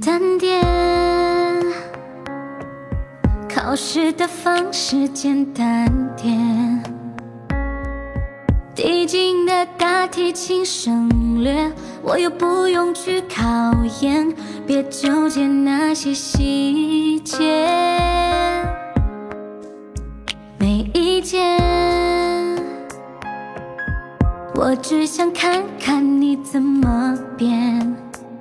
淡点，考试的方式简单点，递进的大题请省略，我又不用去考研，别纠结那些细节。没意见，我只想看看你怎么变。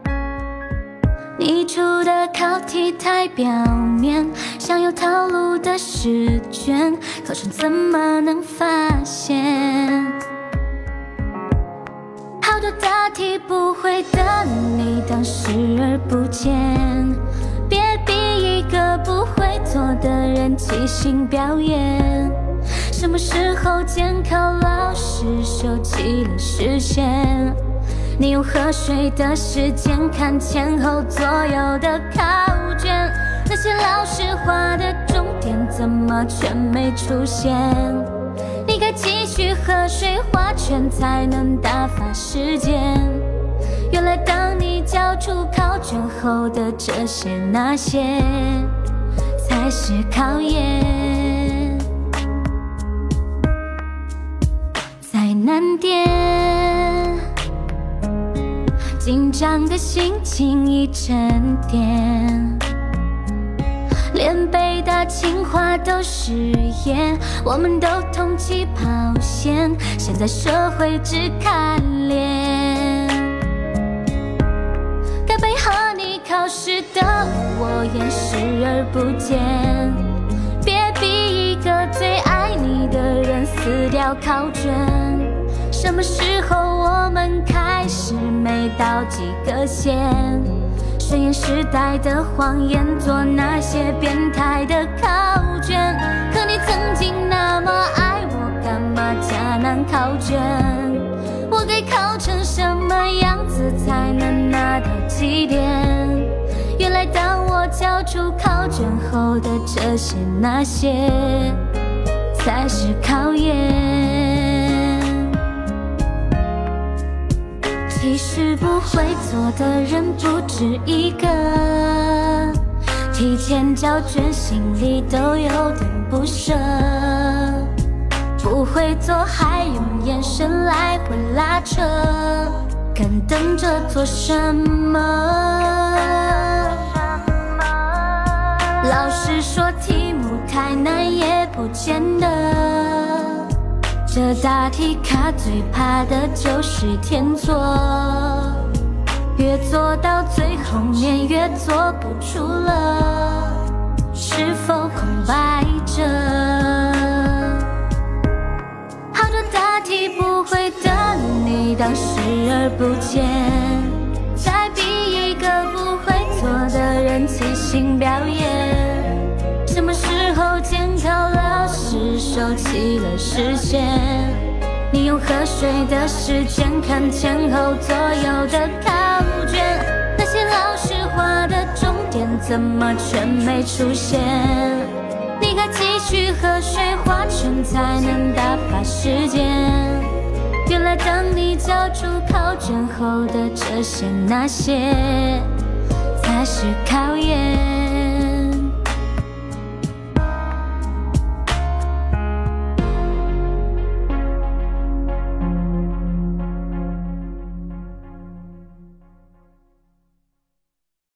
你出的考题太表面，像有套路的试卷，考生怎么能发现？好多大题不会的，你当视而不见，别逼一个不会做的人即兴表演。什么时候监考老师收起了视线？你用喝水的时间看前后左右的考卷，那些老师画的重点怎么全没出现？你该继续喝水画圈才能打发时间。原来当你交出考卷后的这些那些才是考验。再难点，紧张的心情一沉淀，连北大清华都失业，我们都同起跑线，现在社会只看脸。该配合你考试的我也视而不见，别逼一个最爱你的人撕掉考卷。什么时候我们开始没到几个线？顺延时代的谎言，做那些变态的考卷。可你曾经那么爱我，干嘛加难考卷？我该考成什么样子才能拿到绩点？原来当我交出考卷后的这些那些才是考验。其实不会做的人不止一个，提前交卷心里都有点不舍，不会做还用眼神来回拉扯，干等着做什么？老师说题目太难也不见得，这大题卡最怕的就是填错，越做到最后面越做不出了，是否空白着？好多大题不会的你当视而不见，再逼一个不会做的人即兴表演。什么时候监考老师收起了视线？你用喝水的时间看前后左右的考卷，那些老师画的重点怎么全没出现？你该继续喝水画圈才能打发时间。原来当你交出考卷后的这些那些才是考验。